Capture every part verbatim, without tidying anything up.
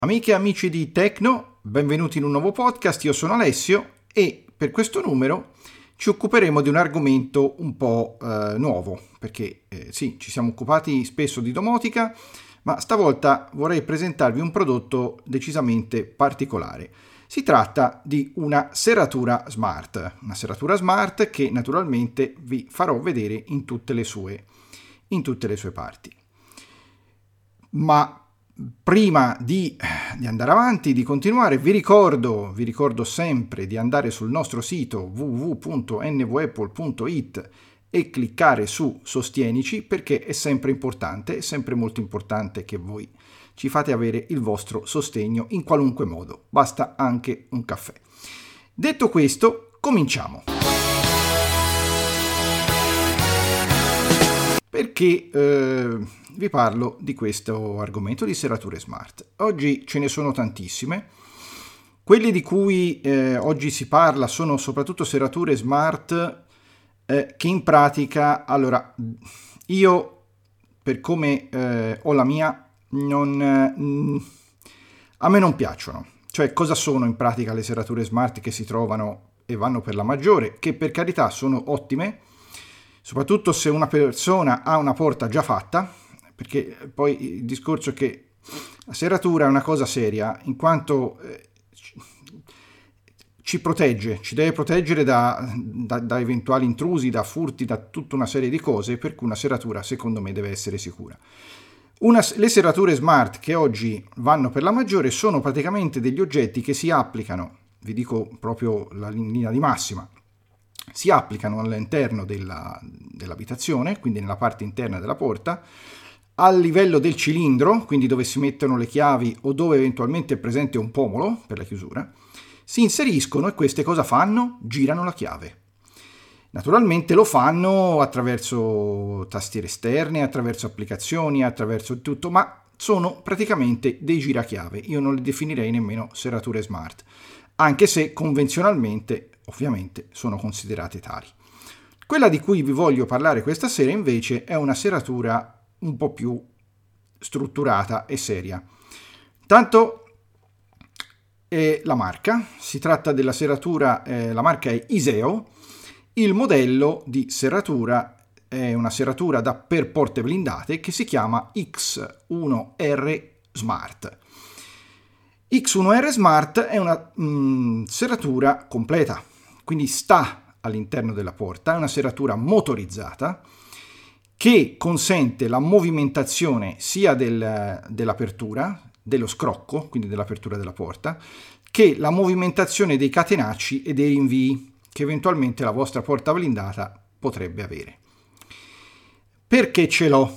Amiche e amici di Tecno, benvenuti in un nuovo podcast. Io sono Alessio e per questo numero ci occuperemo di un argomento un po' eh, nuovo, perché eh, sì, ci siamo occupati spesso di domotica, ma stavolta vorrei presentarvi un prodotto decisamente particolare. Si tratta di una serratura smart, una serratura smart che naturalmente vi farò vedere in tutte le sue, in tutte le sue parti. Ma prima di, di andare avanti, di continuare, vi ricordo, vi ricordo sempre di andare sul nostro sito w w w punto n v apple punto i t e cliccare su Sostienici, perché è sempre importante, è sempre molto importante che voi ci fate avere il vostro sostegno in qualunque modo, basta anche un caffè. Detto questo, cominciamo. Perché eh, vi parlo di questo argomento di serrature smart. Oggi ce ne sono tantissime. Quelle di cui eh, oggi si parla sono soprattutto serrature smart eh, che in pratica, allora, io per come eh, ho la mia, non, eh, a me non piacciono. Cioè, cosa sono in pratica le serrature smart che si trovano e vanno per la maggiore, che per carità sono ottime, soprattutto se una persona ha una porta già fatta, perché poi il discorso è che la serratura è una cosa seria, in quanto eh, ci protegge, ci deve proteggere da, da, da eventuali intrusi, da furti, da tutta una serie di cose, per cui una serratura secondo me deve essere sicura. Una, le serrature smart che oggi vanno per la maggiore sono praticamente degli oggetti che si applicano, vi dico proprio la linea di massima, si applicano all'interno della, dell'abitazione, quindi nella parte interna della porta, al livello del cilindro, quindi dove si mettono le chiavi o dove eventualmente è presente un pomolo per la chiusura, si inseriscono e queste cosa fanno? Girano la chiave. Naturalmente lo fanno attraverso tastiere esterne, attraverso applicazioni, attraverso tutto, ma sono praticamente dei girachiave. Io non li definirei nemmeno serrature smart, anche se convenzionalmente ovviamente sono considerate tali. Quella di cui vi voglio parlare questa sera invece è una serratura un po' più strutturata e seria. Tanto è la marca, si tratta della serratura, eh, la marca è Iseo, il modello di serratura è una serratura da per porte blindate che si chiama X uno R Smart. X uno R Smart è una mm, serratura completa, quindi sta all'interno della porta, è una serratura motorizzata che consente la movimentazione sia del, dell'apertura, dello scrocco, quindi dell'apertura della porta, che la movimentazione dei catenacci e dei rinvii che eventualmente la vostra porta blindata potrebbe avere. Perché ce l'ho?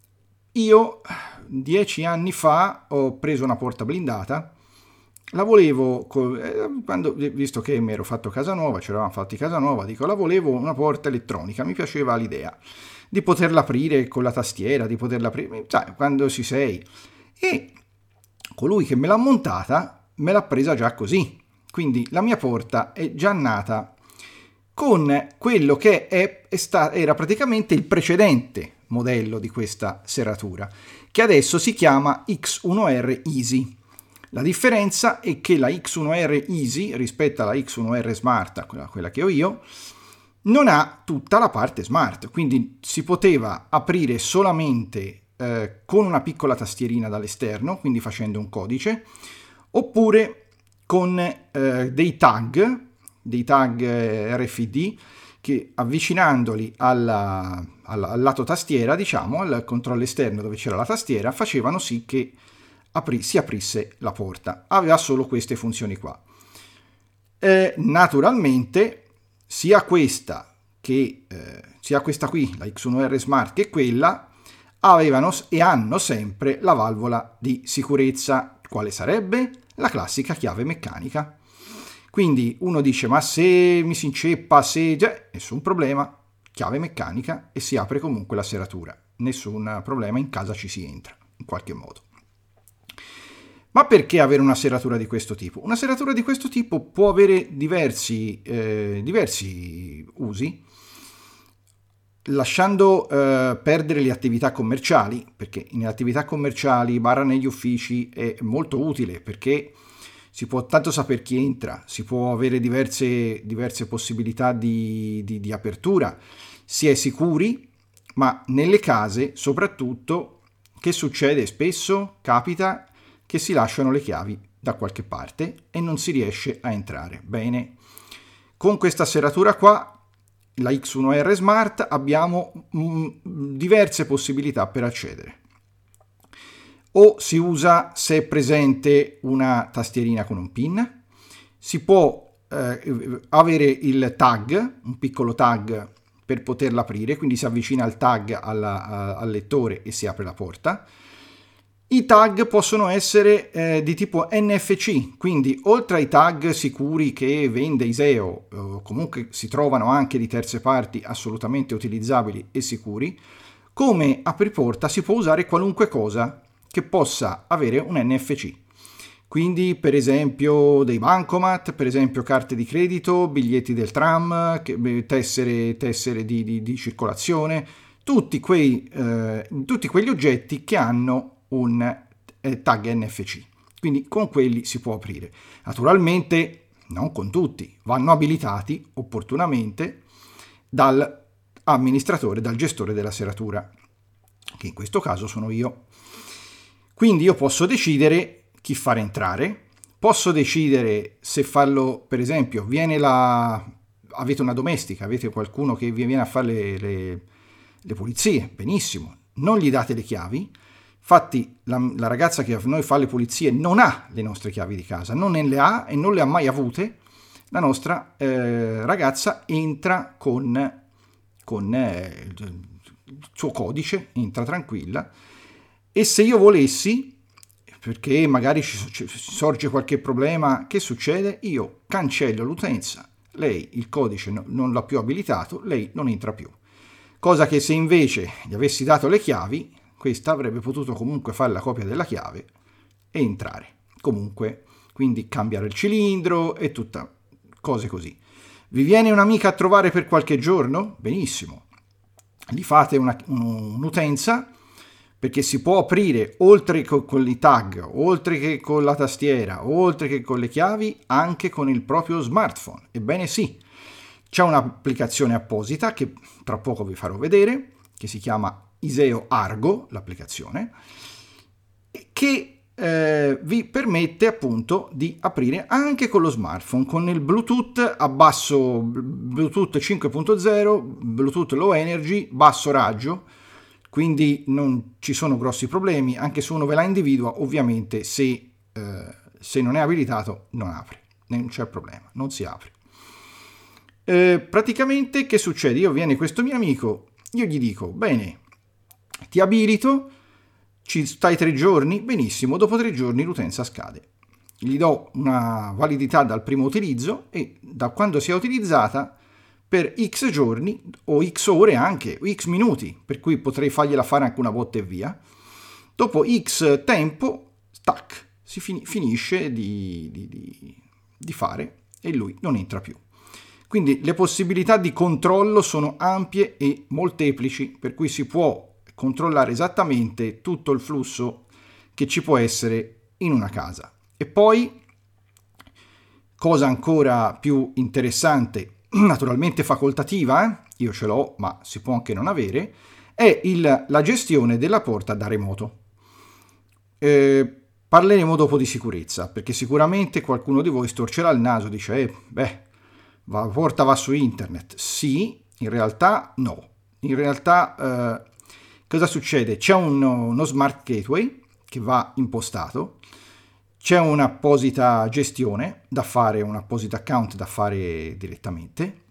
Io dieci anni fa ho preso una porta blindata. La volevo, quando, visto che mi ero fatto casa nuova, ci eravamo fatti casa nuova, dico, la volevo una porta elettronica, mi piaceva l'idea di poterla aprire con la tastiera, di poterla aprire, sai, quando si sei. E colui che me l'ha montata me l'ha presa già così, quindi la mia porta è già nata con quello che è, è sta, era praticamente il precedente modello di questa serratura, che adesso si chiama X uno R Easy. La differenza è che la X uno R Easy rispetto alla X uno R Smart, quella, quella che ho io, non ha tutta la parte smart, quindi si poteva aprire solamente eh, con una piccola tastierina dall'esterno, quindi facendo un codice, oppure con eh, dei tag, dei tag eh, R F I D, che avvicinandoli alla, alla, al lato tastiera, diciamo, al controllo esterno dove c'era la tastiera, facevano sì che Apri, si aprisse la porta. Aveva solo queste funzioni qua. Eh, naturalmente sia questa che eh, sia questa qui, la X uno R Smart, che quella avevano e hanno sempre la valvola di sicurezza. Quale sarebbe? La classica chiave meccanica. Quindi uno dice, ma se mi si inceppa, se già, nessun problema, chiave meccanica e si apre comunque la serratura. Nessun problema, in casa ci si entra in qualche modo. Ma perché avere una serratura di questo tipo? Una serratura di questo tipo può avere diversi, eh, diversi usi. lasciando eh, perdere le attività commerciali, perché nelle attività commerciali barra negli uffici è molto utile, perché si può tanto sapere chi entra, si può avere diverse, diverse possibilità di, di, di apertura, si è sicuri, ma nelle case soprattutto che succede spesso? Capita che si lasciano le chiavi da qualche parte e non si riesce a entrare. Bene, con questa serratura qua, la X uno R Smart, abbiamo mh, diverse possibilità per accedere. O si usa, se è presente, una tastierina con un pin, si può eh, avere il tag, un piccolo tag per poterla aprire, quindi si avvicina il tag alla, a, al lettore e si apre la porta. I tag possono essere eh, di tipo N F C, quindi oltre ai tag sicuri che vende Iseo, eh, comunque si trovano anche di terze parti assolutamente utilizzabili e sicuri, come apriporta si può usare qualunque cosa che possa avere un N F C. Quindi per esempio dei bancomat, per esempio carte di credito, biglietti del tram, tessere, tessere di, di, di circolazione, tutti, quei, eh, tutti quegli oggetti che hanno un eh, tag N F C. Quindi con quelli si può aprire. Naturalmente non con tutti, vanno abilitati opportunamente dal amministratore, dal gestore della serratura, che in questo caso sono io. Quindi io posso decidere chi far entrare, posso decidere se farlo, per esempio, viene la... avete una domestica, avete qualcuno che vi viene a fare le, le, le pulizie, benissimo, non gli date le chiavi. Infatti la, la ragazza che a noi fa le pulizie non ha le nostre chiavi di casa, non ne le ha e non le ha mai avute. La nostra eh, ragazza entra con, con eh, il suo codice, entra tranquilla, e se io volessi, perché magari ci, ci sorge qualche problema, che succede? Io cancello l'utenza, lei il codice no, non l'ha più abilitato, lei non entra più. Cosa che se invece gli avessi dato le chiavi, questa avrebbe potuto comunque fare la copia della chiave e entrare. Comunque, quindi cambiare il cilindro e tutta cose così. Vi viene un'amica a trovare per qualche giorno? Benissimo. Gli fate una, un'utenza, perché si può aprire oltre che con i tag, oltre che con la tastiera, oltre che con le chiavi, anche con il proprio smartphone. Ebbene sì, c'è un'applicazione apposita che tra poco vi farò vedere, che si chiama Iseo Argo, l'applicazione, che eh, vi permette appunto di aprire anche con lo smartphone, con il Bluetooth a basso, Bluetooth cinque punto zero, Bluetooth Low Energy, basso raggio, quindi non ci sono grossi problemi, anche se uno ve la individua, ovviamente se, eh, se non è abilitato non apre, non c'è problema, non si apre. Eh, praticamente che succede? Io viene questo mio amico, io gli dico, bene, ti abilito, ci stai tre giorni? Benissimo, dopo tre giorni l'utenza scade. Gli do una validità dal primo utilizzo e da quando sia utilizzata per X giorni o X ore anche, o X minuti, per cui potrei fargliela fare anche una volta e via. Dopo X tempo, tac, si fin- finisce di, di, di, di fare e lui non entra più. Quindi le possibilità di controllo sono ampie e molteplici, per cui si può controllare esattamente tutto il flusso che ci può essere in una casa. E poi, cosa ancora più interessante, naturalmente facoltativa, eh? Io ce l'ho, ma si può anche non avere, è il, la gestione della porta da remoto. Eh, parleremo dopo di sicurezza, perché sicuramente qualcuno di voi storcerà il naso e dice, eh, beh, la porta va su internet. Sì, in realtà no. In realtà... Eh, Cosa succede? C'è un, uno smart gateway che va impostato, c'è un'apposita gestione da fare, un apposito account da fare direttamente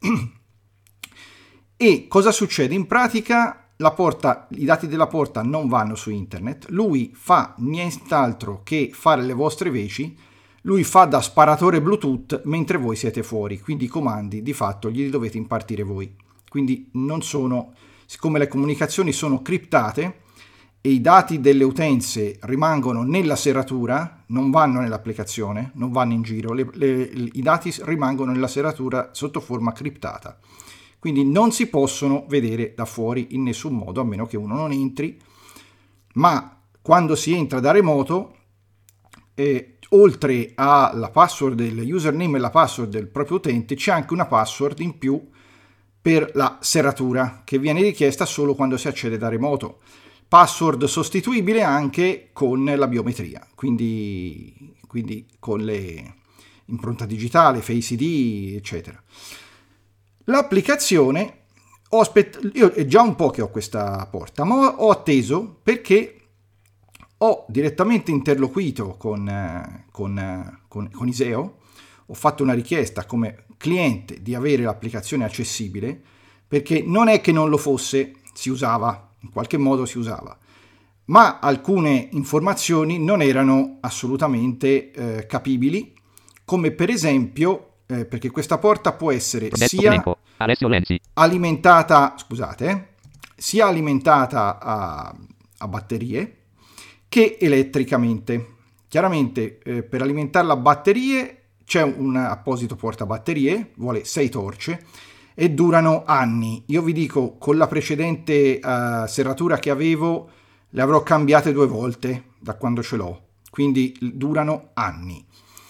e cosa succede? In pratica la porta, i dati della porta non vanno su internet, lui fa nient'altro che fare le vostre veci, lui fa da sparatore Bluetooth mentre voi siete fuori, quindi i comandi di fatto glieli dovete impartire voi, quindi non sono... Siccome le comunicazioni sono criptate e i dati delle utenze rimangono nella serratura, non vanno nell'applicazione, non vanno in giro, le, le, i dati rimangono nella serratura sotto forma criptata. quindi non si possono vedere da fuori in nessun modo, a meno che uno non entri, ma quando si entra da remoto, eh, oltre alla password del username e la password del proprio utente, c'è anche una password in più per la serratura, che viene richiesta solo quando si accede da remoto. Password sostituibile anche con la biometria, quindi, quindi con le impronta digitale, Face I D, eccetera. L'applicazione, ho aspett- io è già un po' che ho questa porta, ma ho atteso perché ho direttamente interloquito con, con, con, con Iseo, ho fatto una richiesta come cliente di avere l'applicazione accessibile, perché non è che non lo fosse, si usava, in qualche modo si usava, ma alcune informazioni non erano assolutamente eh, capibili, come per esempio, eh, perché questa porta può essere sia alimentata, scusate, sia alimentata a, a batterie che elettricamente. Chiaramente eh, per alimentarla a batterie c'è un apposito portabatterie, vuole sei torce e durano anni. Io vi dico, con la precedente uh, serratura che avevo le avrò cambiate due volte da quando ce l'ho, quindi durano anni.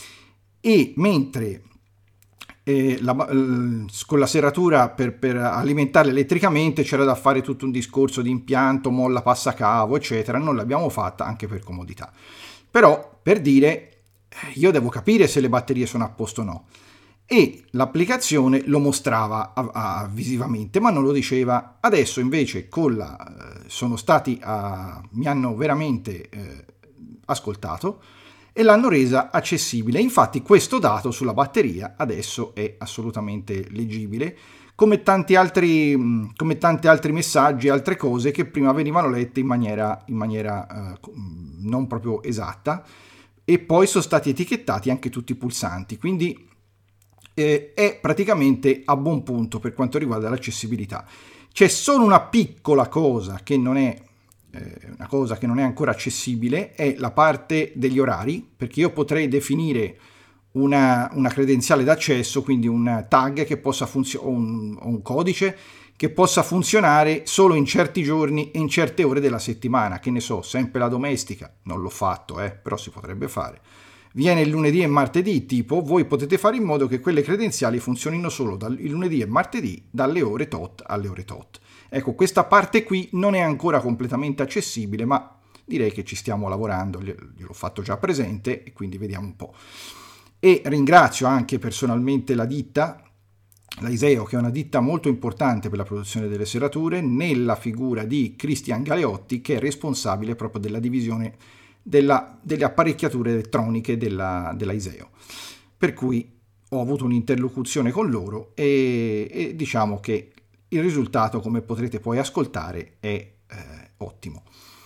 E mentre eh, la, eh, con la serratura per, per alimentarla elettricamente c'era da fare tutto un discorso di impianto, molla passacavo, eccetera, non l'abbiamo fatta anche per comodità. Però, per dire, io devo capire se le batterie sono a posto o no, e l'applicazione lo mostrava a, a, visivamente, ma non lo diceva. Adesso invece con la, eh, sono stati a, mi hanno veramente eh, ascoltato e l'hanno resa accessibile. Infatti questo dato sulla batteria adesso è assolutamente leggibile, come tanti altri, come tanti altri messaggi, altre cose che prima venivano lette in maniera, in maniera eh, non proprio esatta, e poi sono stati etichettati anche tutti i pulsanti, quindi eh, è praticamente a buon punto per quanto riguarda l'accessibilità. C'è solo una piccola cosa che non è eh, una cosa che non è ancora accessibile, è la parte degli orari, perché io potrei definire una, una credenziale d'accesso, quindi un tag che possa funzionare, un, un codice che possa funzionare solo in certi giorni e in certe ore della settimana, che ne so, sempre la domestica, non l'ho fatto, eh, però si potrebbe fare. Viene il lunedì e martedì, tipo, voi potete fare in modo che quelle credenziali funzionino solo dal, il lunedì e martedì dalle ore tot alle ore tot. Ecco, questa parte qui non è ancora completamente accessibile, ma direi che ci stiamo lavorando, gliel'ho fatto già presente e quindi vediamo un po'. E ringrazio anche personalmente la ditta, la Iseo, che è una ditta molto importante per la produzione delle serrature, nella figura di Cristian Galeotti, che è responsabile proprio della divisione della, delle apparecchiature elettroniche della, della Iseo. Per cui ho avuto un'interlocuzione con loro e, e diciamo che il risultato, come potrete poi ascoltare, è eh, ottimo.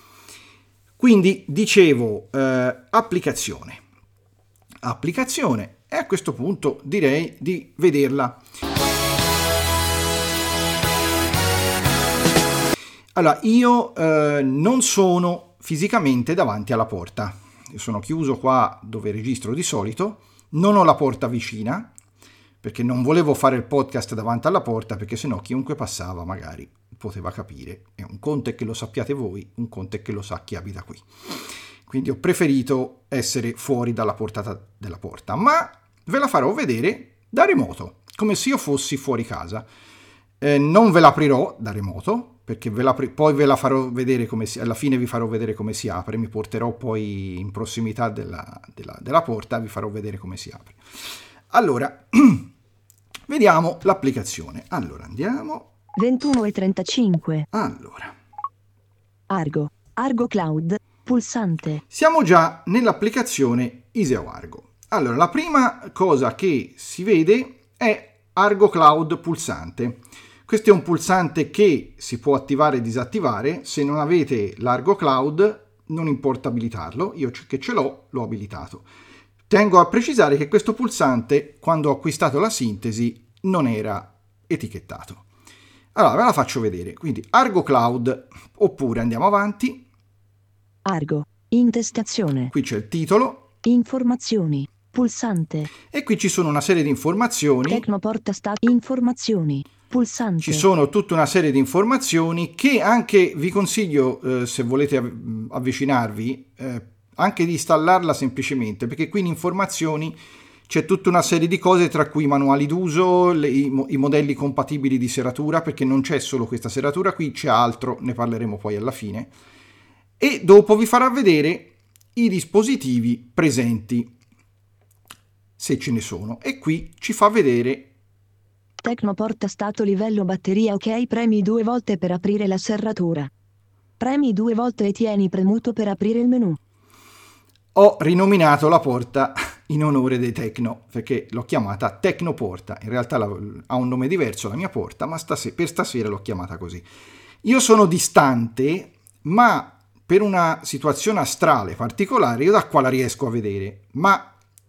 Quindi dicevo eh, applicazione. Applicazione, e a questo punto direi di vederla. Allora, io eh, non sono fisicamente davanti alla porta, io sono chiuso qua dove registro di solito, non ho la porta vicina, perché non volevo fare il podcast davanti alla porta, perché sennò chiunque passava magari poteva capire. E un conto è che lo sappiate voi, un conto è che lo sa chi abita qui. Quindi ho preferito essere fuori dalla portata della porta, ma ve la farò vedere da remoto, come se io fossi fuori casa. Eh, non ve l'aprirò da remoto, perché ve la, poi ve la farò vedere come si, alla fine vi farò vedere come si apre, mi porterò poi in prossimità della, della, della porta, vi farò vedere come si apre. Allora, vediamo l'applicazione. Allora, andiamo. ventuno e trentacinque. Allora. Argo. Argo Cloud. Pulsante. Siamo già nell'applicazione Iseo Argo. Allora, la prima cosa che si vede è Argo Cloud pulsante. Questo è un pulsante che si può attivare e disattivare. Se non avete l'Argo Cloud, non importa abilitarlo. Io che ce l'ho, l'ho abilitato. Tengo a precisare che questo pulsante, quando ho acquistato la sintesi, non era etichettato. Allora, ve la faccio vedere. Quindi Argo Cloud, oppure andiamo avanti. Argo. Intestazione. Qui c'è il titolo. Informazioni. Pulsante. E qui ci sono una serie di informazioni. Tecnoporta stat. Informazioni. pulsante, ci sono tutta una serie di informazioni che anche vi consiglio, eh, se volete av- avvicinarvi, eh, anche di installarla semplicemente, perché qui in informazioni c'è tutta una serie di cose, tra cui i manuali d'uso, le, i, mo- i modelli compatibili di serratura, perché non c'è solo questa serratura qui, c'è altro, ne parleremo poi alla fine, e dopo vi farà vedere i dispositivi presenti, se ce ne sono, e qui ci fa vedere. Tecnoporta stato livello batteria ok, premi due volte per aprire la serratura. Premi due volte e tieni premuto per aprire il menu. Ho rinominato la porta in onore dei Tecno, perché l'ho chiamata Tecnoporta. In realtà la, ha un nome diverso la mia porta, ma stase- per stasera l'ho chiamata così. Io sono distante, ma per una situazione astrale particolare io da qua la riesco a vedere, ma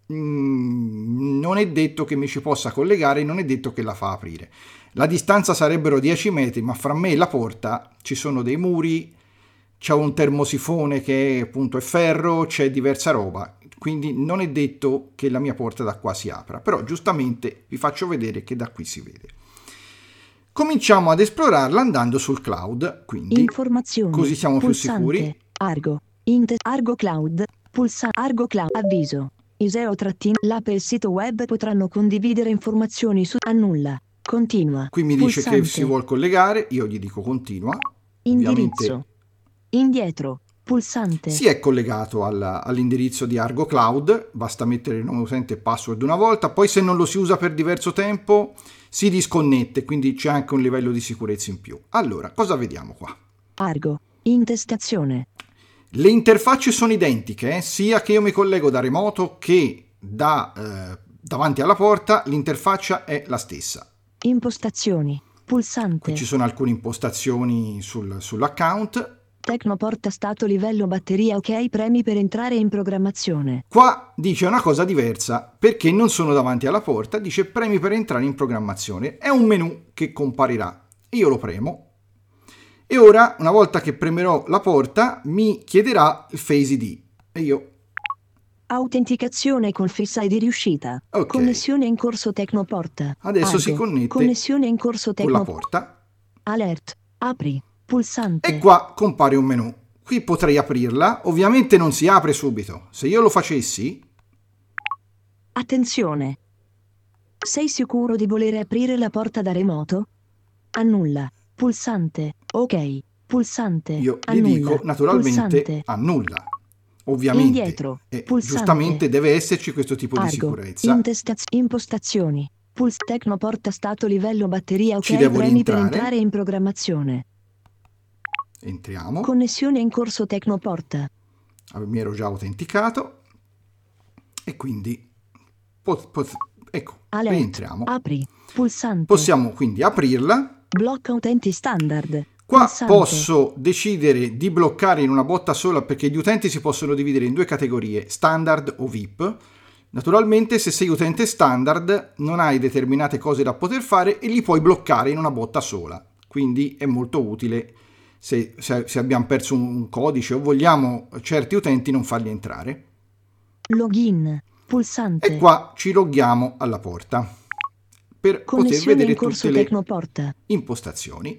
mm, non è detto che mi ci possa collegare, non è detto che la fa aprire. La distanza sarebbero dieci metri, ma fra me e la porta ci sono dei muri, c'è un termosifone che appunto è ferro, c'è diversa roba, quindi non è detto che la mia porta da qua si apra, però giustamente vi faccio vedere che da qui si vede. Cominciamo ad esplorarla andando sul cloud, quindi Informazioni, così siamo pulsante, più sicuri. Argo, Int, Argo Cloud, pulsa, Argo Cloud, avviso, Iseo trattino, l'app e il sito web potranno condividere informazioni su, annulla, continua, Qui mi dice pulsante, che si vuol collegare, io gli dico continua, indirizzo, ovviamente indietro, pulsante, si è collegato alla- all'indirizzo di Argo Cloud, basta mettere il nome utente e password una volta, poi se non lo si usa per diverso tempo si disconnette, quindi c'è anche un livello di sicurezza in più. Allora, cosa vediamo qua? Argo, intestazione, Le interfacce sono identiche, eh? Sia che io mi collego da remoto che da eh, davanti alla porta, l'interfaccia è la stessa. impostazioni, pulsante, Qui ci sono alcune impostazioni sul- sull'account. Tecnoporta stato livello batteria ok, premi per entrare in programmazione. Qua dice una cosa diversa, perché non sono davanti alla porta, dice premi per entrare in programmazione. È un menu che comparirà. Io lo premo. E ora, una volta che premerò la porta, mi chiederà il Face I D. E io... Autenticazione con Face I D riuscita. Ok. Connessione in corso Tecnoporta. Adesso si Argo. connette Connessione in corso con la Tecnoporta. porta. Alert. Apri. Pulsante. E qua compare un menu. Qui potrei aprirla. Ovviamente non si apre subito. Se io lo facessi... Attenzione. Sei sicuro di volere aprire la porta da remoto? Annulla. Pulsante. Ok. Pulsante. Io gli Annulla. dico naturalmente Pulsante. annulla. Ovviamente. Indietro. E Pulsante. giustamente deve esserci questo tipo di Argo. sicurezza. Intestaz- impostazioni. Puls Tecnoporta stato livello batteria ok, Ci devo premi per rientrare. entrare in programmazione. Entriamo. Connessione in corso Tecnoporta. Mi ero già autenticato. E quindi... pot- pot- ecco, Alert. rientriamo. Apri. Pulsante. Possiamo quindi aprirla. Blocca utenti standard. Qua Pulsante. posso decidere di bloccare in una botta sola, perché gli utenti si possono dividere in due categorie, standard o V I P. Naturalmente se sei utente standard non hai determinate cose da poter fare e li puoi bloccare in una botta sola. Quindi è molto utile se, se, se abbiamo perso un codice o vogliamo certi utenti non farli entrare. Login. Pulsante. E qua ci loghiamo alla porta per poter Connessione vedere in corso tutte le Tecnoporta. impostazioni.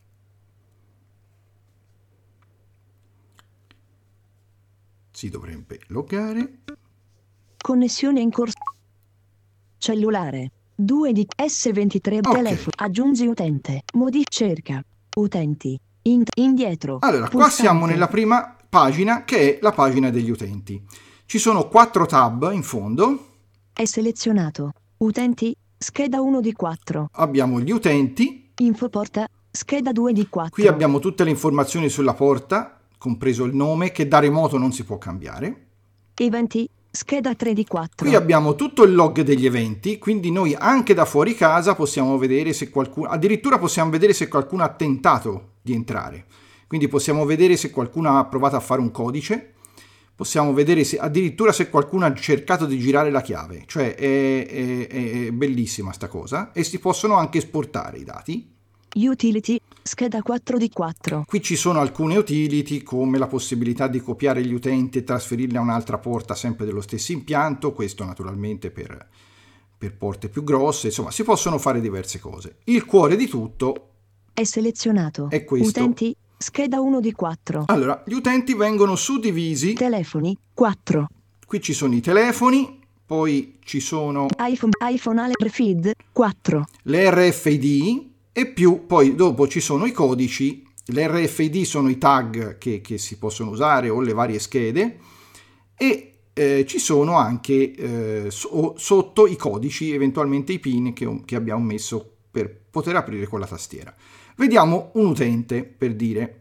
Si dovrebbe loggare. Connessione in corso. Cellulare. due di S ventitré. Ok. Telefono. Aggiungi utente. Modi. Cerca. Utenti. Int- indietro. Allora, qua Pulsante. siamo nella prima pagina, che è la pagina degli utenti. Ci sono quattro tab in fondo. È selezionato. Utenti. Scheda uno di quattro. Abbiamo gli utenti. Infoporta. Scheda due di quattro. Qui abbiamo tutte le informazioni sulla porta, compreso il nome, che da remoto non si può cambiare. Eventi. Scheda tre di quattro. Qui abbiamo tutto il log degli eventi, quindi noi anche da fuori casa possiamo vedere se qualcuno, addirittura possiamo vedere se qualcuno ha tentato di entrare. Quindi possiamo vedere se qualcuno ha provato a fare un codice, possiamo vedere se, addirittura se qualcuno ha cercato di girare la chiave, cioè è, è, è bellissima sta cosa, e si possono anche esportare i dati. Utility. Scheda quattro di quattro. Qui ci sono alcune utility come la possibilità di copiare gli utenti e trasferirli a un'altra porta sempre dello stesso impianto, questo naturalmente per, per porte più grosse, insomma si possono fare diverse cose. Il cuore di tutto È selezionato. è questo. Utenti, scheda uno di quattro. Allora, gli utenti vengono suddivisi, Telefoni, quattro. qui ci sono i telefoni, poi ci sono iPhone, iPhone Ale Feed, quattro. le R F I D e più, poi dopo ci sono i codici. Le R F I D sono i tag che, che si possono usare o le varie schede, e eh, ci sono anche eh, so, sotto i codici, eventualmente i pin che, che abbiamo messo per poter aprire con la tastiera. Vediamo un utente, per dire.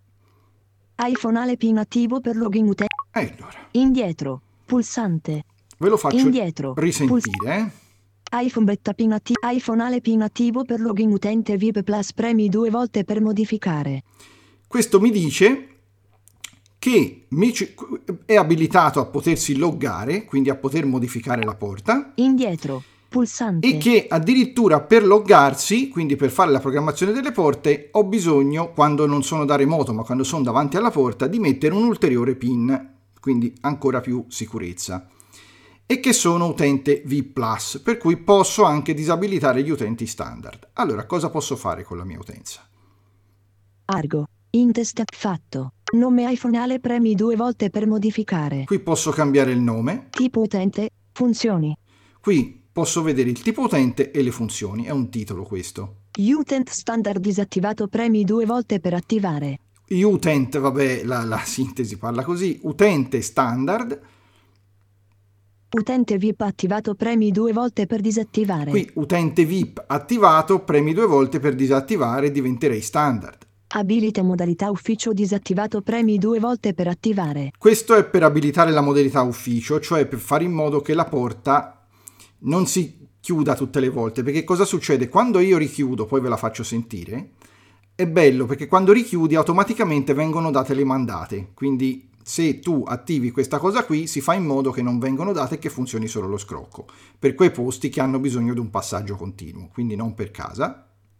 iPhone Ale PIN attivo per login utente. E allora, Indietro, pulsante. ve lo faccio Indietro, risentire. Eh? iPhone Beta PIN attivo. iPhone Ale PIN attivo per login utente V I P Plus, premi due volte per modificare. Questo mi dice che è abilitato a potersi loggare, quindi a poter modificare la porta. Indietro, pulsante. E che addirittura per loggarsi, quindi per fare la programmazione delle porte, ho bisogno, quando non sono da remoto ma quando sono davanti alla porta, di mettere un ulteriore PIN, quindi ancora più sicurezza. E che sono utente V I P Plus, per cui posso anche disabilitare gli utenti standard. Allora, cosa posso fare con la mia utenza? Argo, Intest fatto. Nome iPhone Ale, premi due volte per modificare. Qui posso cambiare il nome. Tipo utente, funzioni. Qui posso vedere il tipo utente e le funzioni, è un titolo questo. Utent standard disattivato, premi due volte per attivare. Utent, vabbè, la, la sintesi parla così. Utente standard. Utente V I P attivato, premi due volte per disattivare. Qui utente V I P attivato, premi due volte per disattivare, diventerei standard. Abilita modalità ufficio disattivato, premi due volte per attivare. Questo è per abilitare la modalità ufficio, cioè per fare in modo che la porta non si chiuda tutte le volte, perché cosa succede? Quando io richiudo, poi ve la faccio sentire, è bello perché quando richiudi automaticamente vengono date le mandate, quindi se tu attivi questa cosa qui si fa in modo che non vengono date e che funzioni solo lo scrocco, per quei posti che hanno bisogno di un passaggio continuo, quindi non per casa.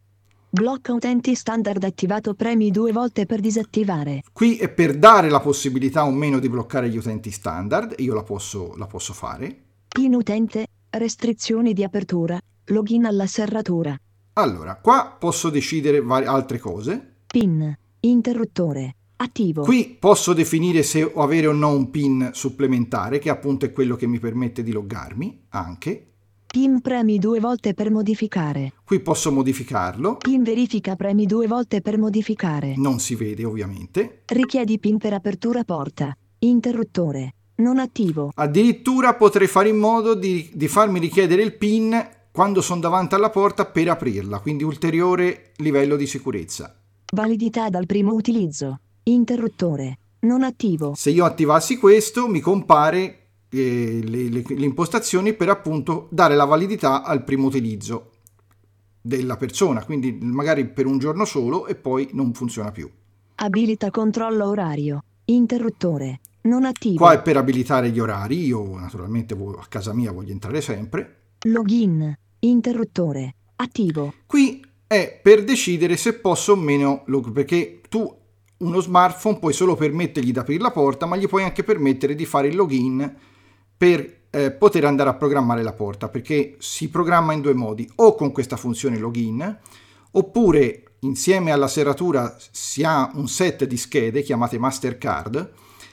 Blocca utenti standard attivato, premi due volte per disattivare. Qui è per dare la possibilità o meno di bloccare gli utenti standard, io la posso, la posso fare. PIN utente, restrizioni di apertura, login alla serratura. Allora, qua posso decidere varie altre cose. PIN, interruttore, attivo. Qui posso definire se avere o no un PIN supplementare, che appunto è quello che mi permette di loggarmi anche. PIN premi due volte per modificare. Qui posso modificarlo. PIN verifica, premi due volte per modificare. Non si vede ovviamente. Richiedi PIN per apertura porta. Interruttore. Non attivo. Addirittura potrei fare in modo di, di farmi richiedere il PIN quando sono davanti alla porta per aprirla, quindi ulteriore livello di sicurezza. Validità dal primo utilizzo. Interruttore. Non attivo. Se io attivassi questo mi compare Le, le, le impostazioni per appunto dare la validità al primo utilizzo della persona, quindi magari per un giorno solo e poi non funziona più. Abilita controllo orario. Interruttore. Non attivo. Qua è per abilitare gli orari, io naturalmente a casa mia voglio entrare sempre. Login. Interruttore. Attivo. Qui è per decidere se posso o meno, perché tu uno smartphone puoi solo permettergli di aprire la porta, ma gli puoi anche permettere di fare il login per eh, poter andare a programmare la porta, perché si programma in due modi, o con questa funzione login, oppure insieme alla serratura si ha un set di schede chiamate Mastercard,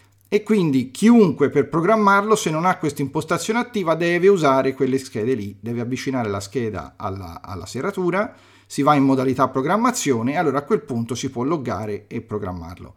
e quindi chiunque per programmarlo, se non ha questa impostazione attiva, deve usare quelle schede lì, deve avvicinare la scheda alla, alla serratura, si va in modalità programmazione e allora a quel punto si può loggare e programmarlo.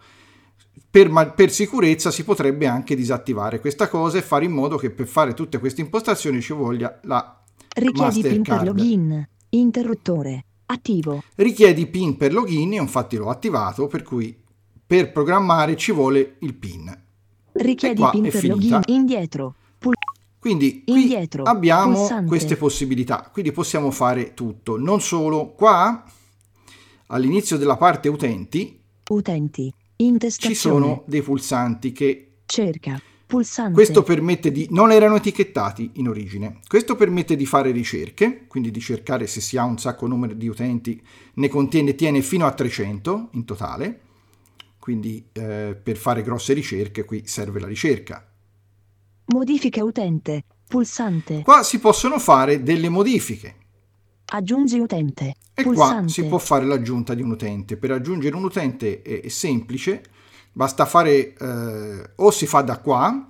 Per, per sicurezza si potrebbe anche disattivare questa cosa e fare in modo che per fare tutte queste impostazioni ci voglia la Richiedi PIN per Mastercard. login. Interruttore. Attivo. Richiedi PIN per login, io infatti l'ho attivato, per cui per programmare ci vuole il PIN. Richiedi qua PIN è per finita. login. Indietro. Pul- Quindi qui Indietro. abbiamo Pulsante. queste possibilità, quindi possiamo fare tutto. Non solo, qua all'inizio della parte utenti Utenti. Intestazione. ci sono dei pulsanti che Cerca. Pulsante. questo permette di, non erano etichettati in origine, questo permette di fare ricerche, quindi di cercare se si ha un sacco numero di utenti, ne contiene, tiene fino a trecento in totale, quindi eh, per fare grosse ricerche qui serve la ricerca. Modifica utente. pulsante. Qua si possono fare delle modifiche. Aggiungi utente, E pulsante. qua si può fare l'aggiunta di un utente. Per aggiungere un utente è semplice, basta fare, eh, o si fa da qua,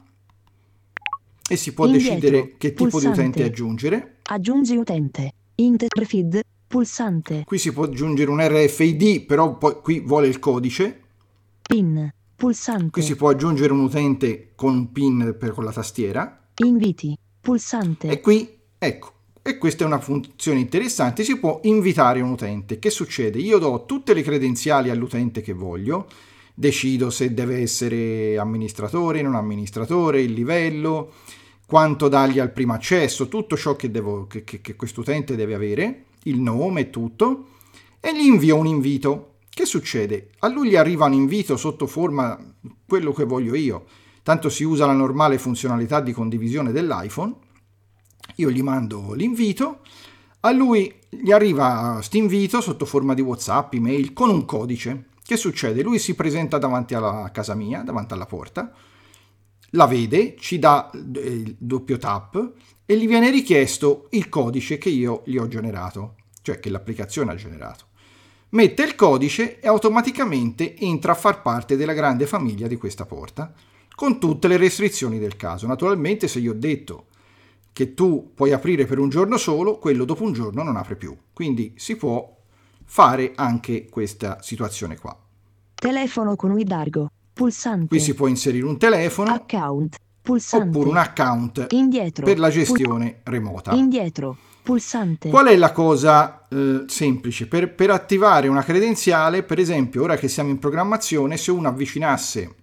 e si può Indietro, decidere che tipo pulsante. di utente aggiungere. Aggiungi utente, interfeed, pulsante. Qui si può aggiungere un R F I D, però poi qui vuole il codice. PIN, pulsante. Qui si può aggiungere un utente con un PIN per, con la tastiera. Inviti, pulsante. E qui, ecco, e questa è una funzione interessante, si può invitare un utente. Che succede? Io do tutte le credenziali all'utente che voglio, decido se deve essere amministratore, non amministratore, il livello, quanto dargli al primo accesso, tutto ciò che, devo, che, che, che quest'utente deve avere, il nome e tutto, e gli invio un invito. Che succede? A lui gli arriva un invito sotto forma quello che voglio io, tanto si usa la normale funzionalità di condivisione dell'iPhone. Io gli mando l'invito, a lui gli arriva st'invito sotto forma di WhatsApp, email, con un codice. Che succede? Lui si presenta davanti alla casa mia, davanti alla porta, la vede, ci dà il doppio tap e gli viene richiesto il codice che io gli ho generato, cioè che l'applicazione ha generato. Mette il codice e automaticamente entra a far parte della grande famiglia di questa porta, con tutte le restrizioni del caso. Naturalmente, se io ho detto che tu puoi aprire per un giorno solo, quello dopo un giorno non apre più. Quindi si può fare anche questa situazione qua. Telefono con Widargo, pulsante. Qui si può inserire un telefono, account, pulsante. oppure un account indietro, per la gestione pul- remota. indietro, pulsante. Qual è la cosa eh, semplice? Per, per attivare una credenziale, per esempio, ora che siamo in programmazione, se uno avvicinasse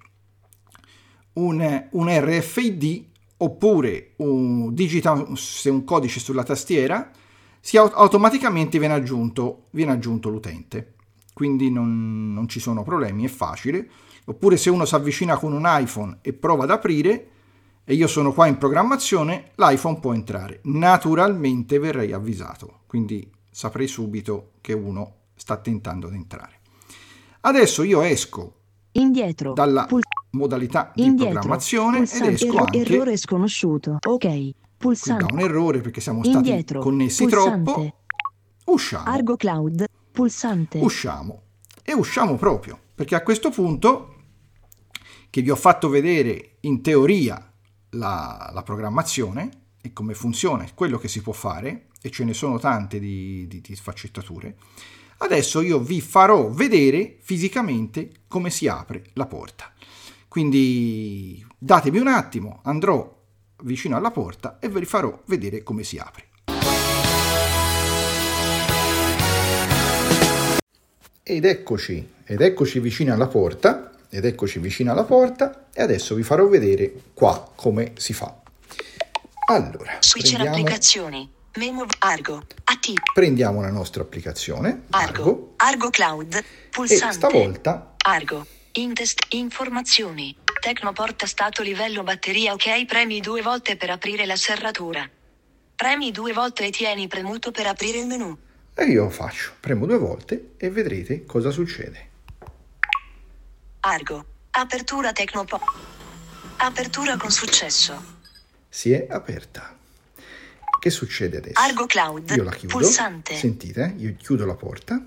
un, un R F I D oppure un, digita se un codice sulla tastiera, si aut- automaticamente viene aggiunto, viene aggiunto l'utente. Quindi non, non ci sono problemi, è facile. Oppure se uno si avvicina con un iPhone e prova ad aprire, e io sono qua in programmazione, l'iPhone può entrare. Naturalmente verrei avvisato, quindi saprei subito che uno sta tentando ad entrare. Adesso io esco indietro dalla pul- modalità di indietro, programmazione pulsante. ed esco Erro- anche errore sconosciuto. Ok, qui pulsante. da un errore perché siamo stati indietro, connessi pulsante. troppo. Usciamo. Argo Cloud, pulsante. Usciamo. E usciamo proprio, perché a questo punto che vi ho fatto vedere in teoria la, la programmazione e come funziona, quello che si può fare, e ce ne sono tante di, di, di sfaccettature, adesso io vi farò vedere fisicamente come si apre la porta. Quindi datemi un attimo, andrò vicino alla porta e ve li farò vedere come si apre. Ed eccoci, ed eccoci vicino alla porta, ed eccoci vicino alla porta, e adesso vi farò vedere qua come si fa. Allora, Switcher prendiamo, applicazioni. Memo Argo. Attivo. prendiamo la nostra applicazione, Argo. Argo, Argo Cloud. e Pulsante. stavolta Argo. Intest. Informazioni. Tecnoporta stato livello batteria ok. Premi due volte per aprire la serratura. Premi due volte e tieni premuto per aprire il menu. e io faccio, premo due volte e vedrete cosa succede. Argo. Apertura Tecnoporta. Apertura con successo. Si è aperta. Che succede adesso? Argo Cloud. Io la chiudo. Pulsante. Sentite, io chiudo la porta.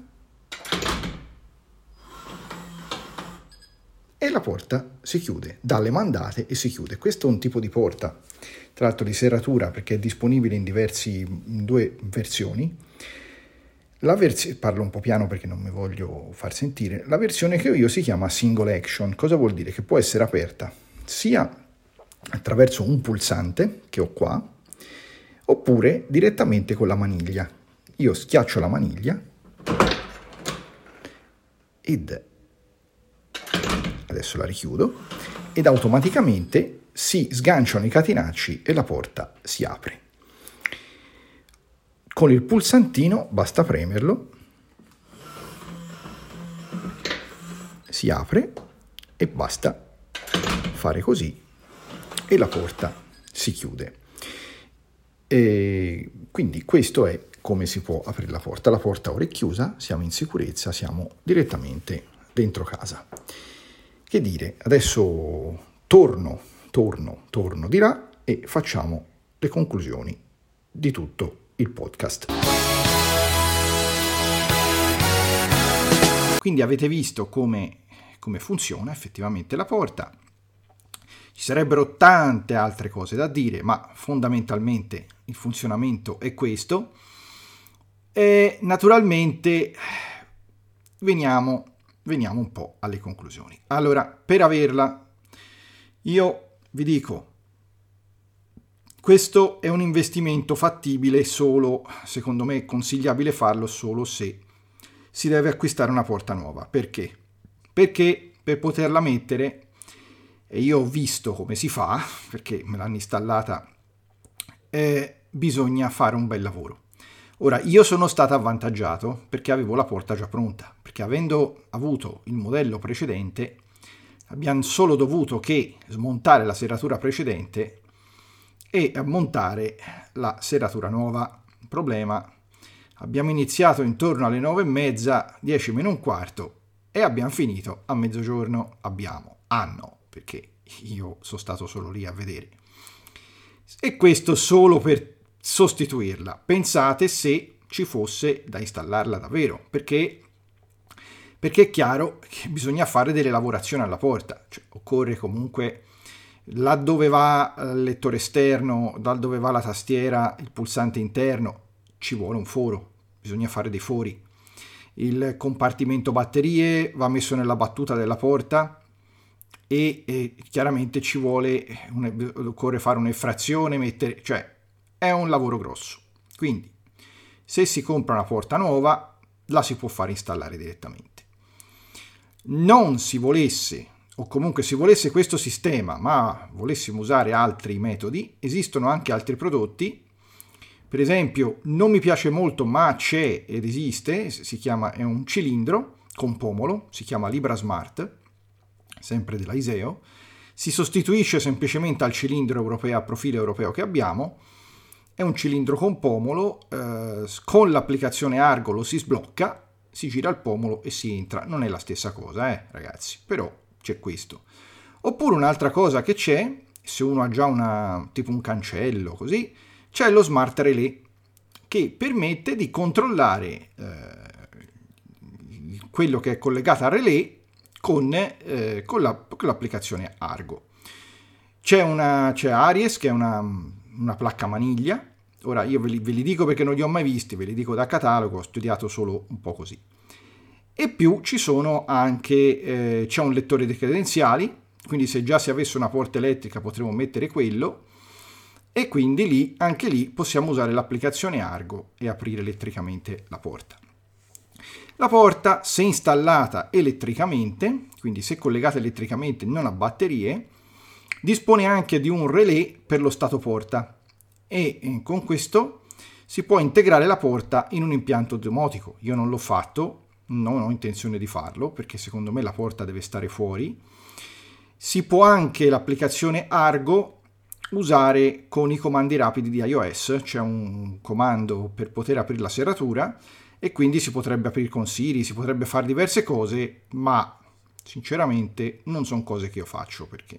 E la porta si chiude, dalle mandate e si chiude. Questo è un tipo di porta, tra l'altro di serratura, perché è disponibile in diversi, in due versioni. La versione, parlo un po' piano perché non mi voglio far sentire, la versione che ho io si chiama single action. Cosa vuol dire? Che può essere aperta sia attraverso un pulsante che ho qua, oppure direttamente con la maniglia. Io schiaccio la maniglia ed adesso la richiudo ed automaticamente si sganciano i catenacci e la porta si apre. Con il pulsantino basta premerlo, si apre e basta fare così e la porta si chiude. E quindi questo è come si può aprire la porta. La porta ora è chiusa, siamo in sicurezza, siamo direttamente dentro casa. Che dire, adesso torno, torno, torno di là e facciamo le conclusioni di tutto il podcast. Quindi avete visto come, come funziona effettivamente la porta. Ci sarebbero tante altre cose da dire, ma fondamentalmente il funzionamento è questo. E naturalmente veniamo, veniamo un po' alle conclusioni. Allora, per averla, io vi dico, questo è un investimento fattibile solo, secondo me è consigliabile farlo solo se si deve acquistare una porta nuova. Perché? Perché per poterla mettere, e io ho visto come si fa, perché me l'hanno installata, eh, bisogna fare un bel lavoro. Ora, io sono stato avvantaggiato perché avevo la porta già pronta, perché avendo avuto il modello precedente, abbiamo solo dovuto che smontare la serratura precedente e montare la serratura nuova. Il problema, abbiamo iniziato intorno alle nove e mezza, dieci meno un quarto, e abbiamo finito a mezzogiorno. Abbiamo, hanno, perché io sono stato solo lì a vedere. E questo solo per sostituirla. Pensate se ci fosse da installarla davvero, perché, perché è chiaro che bisogna fare delle lavorazioni alla porta. Cioè, occorre comunque, là dove va il lettore esterno, da dove va la tastiera, il pulsante interno, ci vuole un foro, bisogna fare dei fori. Il compartimento batterie va messo nella battuta della porta, e, e chiaramente ci vuole, un, occorre fare un'effrazione, mettere, cioè è un lavoro grosso. Quindi se si compra una porta nuova la si può fare installare direttamente. Non si volesse, o comunque si volesse questo sistema ma volessimo usare altri metodi, esistono anche altri prodotti. Per esempio, non mi piace molto ma c'è ed esiste, si chiama, è un cilindro con pomolo, si chiama Libra Smart, sempre della Iseo, si sostituisce semplicemente al cilindro europeo a profilo europeo che abbiamo. È un cilindro con pomolo, eh, con l'applicazione Argo lo si sblocca, si gira il pomolo e si entra. Non è la stessa cosa, eh, ragazzi, però c'è questo. Oppure un'altra cosa che c'è, se uno ha già una, tipo un cancello, così, c'è lo Smart Relay, che permette di controllare eh, quello che è collegato al relay con, eh, con, la, con l'applicazione Argo. C'è, una, c'è Aries, che è una, una placca maniglia. Ora io ve li, ve li dico perché non li ho mai visti, ve li dico da catalogo, ho studiato solo un po' così. E più ci sono anche, eh, c'è un lettore di credenziali, quindi se già si avesse una porta elettrica potremmo mettere quello, e quindi lì, anche lì possiamo usare l'applicazione Argo e aprire elettricamente la porta. La porta, se installata elettricamente, quindi se collegata elettricamente non a batterie, dispone anche di un relay per lo stato porta e con questo si può integrare la porta in un impianto domotico. Io non l'ho fatto, non ho intenzione di farlo perché secondo me la porta deve stare fuori. Si può anche l'applicazione Argo usare con i comandi rapidi di iOS, c'è un comando per poter aprire la serratura e quindi si potrebbe aprire con Siri, si potrebbe fare diverse cose, ma sinceramente non sono cose che io faccio perché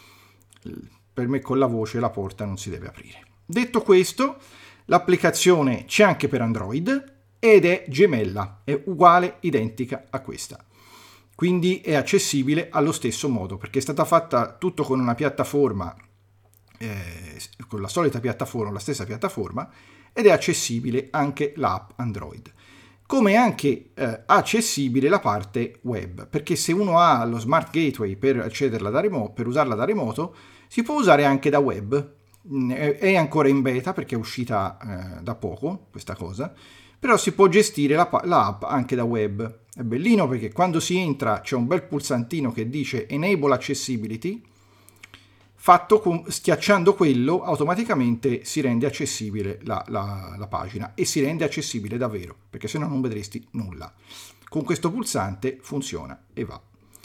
per me con la voce la porta non si deve aprire. Detto questo, l'applicazione c'è anche per Android ed è gemella, è uguale, identica a questa. Quindi è accessibile allo stesso modo perché è stata fatta tutto con una piattaforma, eh, con la solita piattaforma, la stessa piattaforma, ed è accessibile anche l'app Android. Come è anche eh, accessibile la parte web, perché se uno ha lo Smart Gateway per accederla da remoto, per usarla da remoto, si può usare anche da web. È ancora in beta perché è uscita eh, da poco questa cosa, però si può gestire la, l'app anche da web. È bellino perché quando si entra c'è un bel pulsantino che dice Enable Accessibility, fatto con, schiacciando quello automaticamente si rende accessibile la, la, la pagina e si rende accessibile davvero, perché se no non vedresti nulla. Con questo pulsante funziona e va.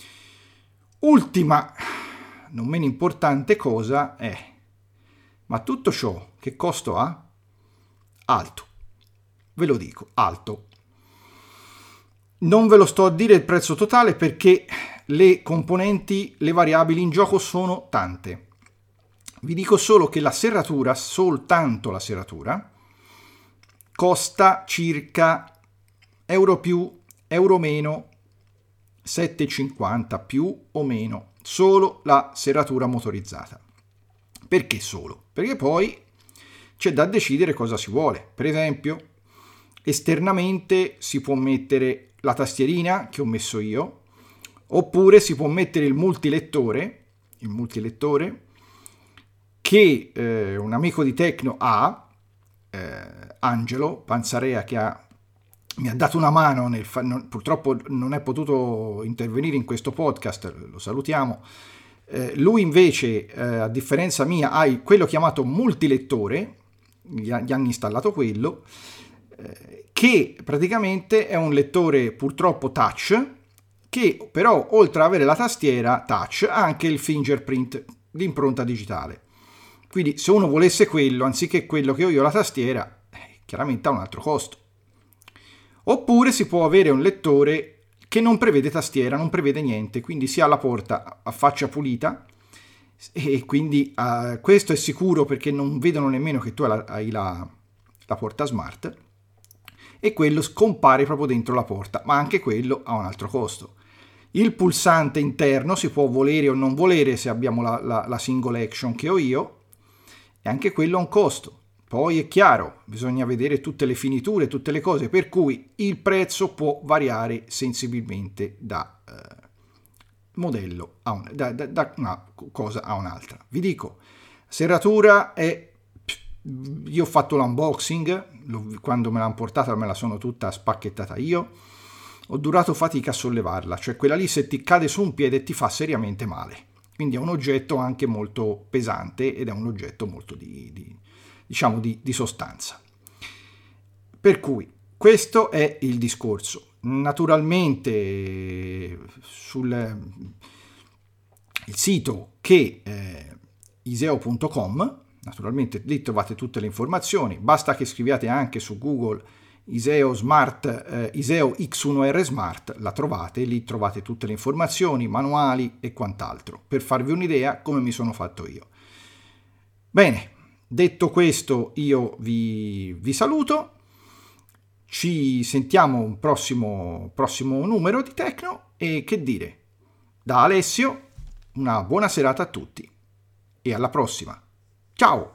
Ultima, non meno importante cosa è, ma tutto ciò che costo ha? Alto. Ve lo dico, alto. Non ve lo sto a dire il prezzo totale perché le componenti, le variabili in gioco sono tante. Vi dico solo che la serratura, soltanto la serratura, costa circa euro più, euro meno, sette e cinquanta più o meno, solo la serratura motorizzata. Perché solo? Perché poi c'è da decidere cosa si vuole. Per esempio, esternamente si può mettere la tastierina che ho messo io, oppure si può mettere il multilettore, il multilettore che eh, un amico di Tecno ha, eh, Angelo Panzarea, che ha, mi ha dato una mano, nel fa- non, purtroppo non è potuto intervenire in questo podcast, lo salutiamo. Eh, lui invece, eh, a differenza mia, ha quello chiamato multilettore, gli, ha, gli hanno installato quello, eh, che praticamente è un lettore purtroppo touch, che però oltre ad avere la tastiera touch ha anche il fingerprint, l'impronta digitale. Quindi se uno volesse quello, anziché quello che ho io la tastiera, eh, chiaramente ha un altro costo. Oppure si può avere un lettore che non prevede tastiera, non prevede niente, quindi si ha la porta a faccia pulita e quindi uh, questo è sicuro perché non vedono nemmeno che tu hai la, hai la, la porta smart, e quello scompare proprio dentro la porta, ma anche quello ha un altro costo. Il pulsante interno si può volere o non volere se abbiamo la, la, la single action che ho io, e anche quello ha un costo. Poi è chiaro, bisogna vedere tutte le finiture, tutte le cose, per cui il prezzo può variare sensibilmente da eh, modello a un, da, da, da una cosa a un'altra. Vi dico, serratura è, io ho fatto l'unboxing, quando me l'hanno portata me la sono tutta spacchettata io, ho durato fatica a sollevarla, cioè quella lì se ti cade su un piede ti fa seriamente male. Quindi è un oggetto anche molto pesante ed è un oggetto molto di, di diciamo di, di sostanza. Per cui questo è il discorso. Naturalmente sul il sito che è iseo punto com, naturalmente lì trovate tutte le informazioni, basta che scriviate anche su Google Iseo Smart, eh, Iseo X uno R Smart, la trovate, lì trovate tutte le informazioni, manuali e quant'altro, per farvi un'idea come mi sono fatto io. Bene, detto questo io vi, vi saluto, ci sentiamo un prossimo, prossimo numero di Tecno e che dire, da Alessio una buona serata a tutti e alla prossima, ciao!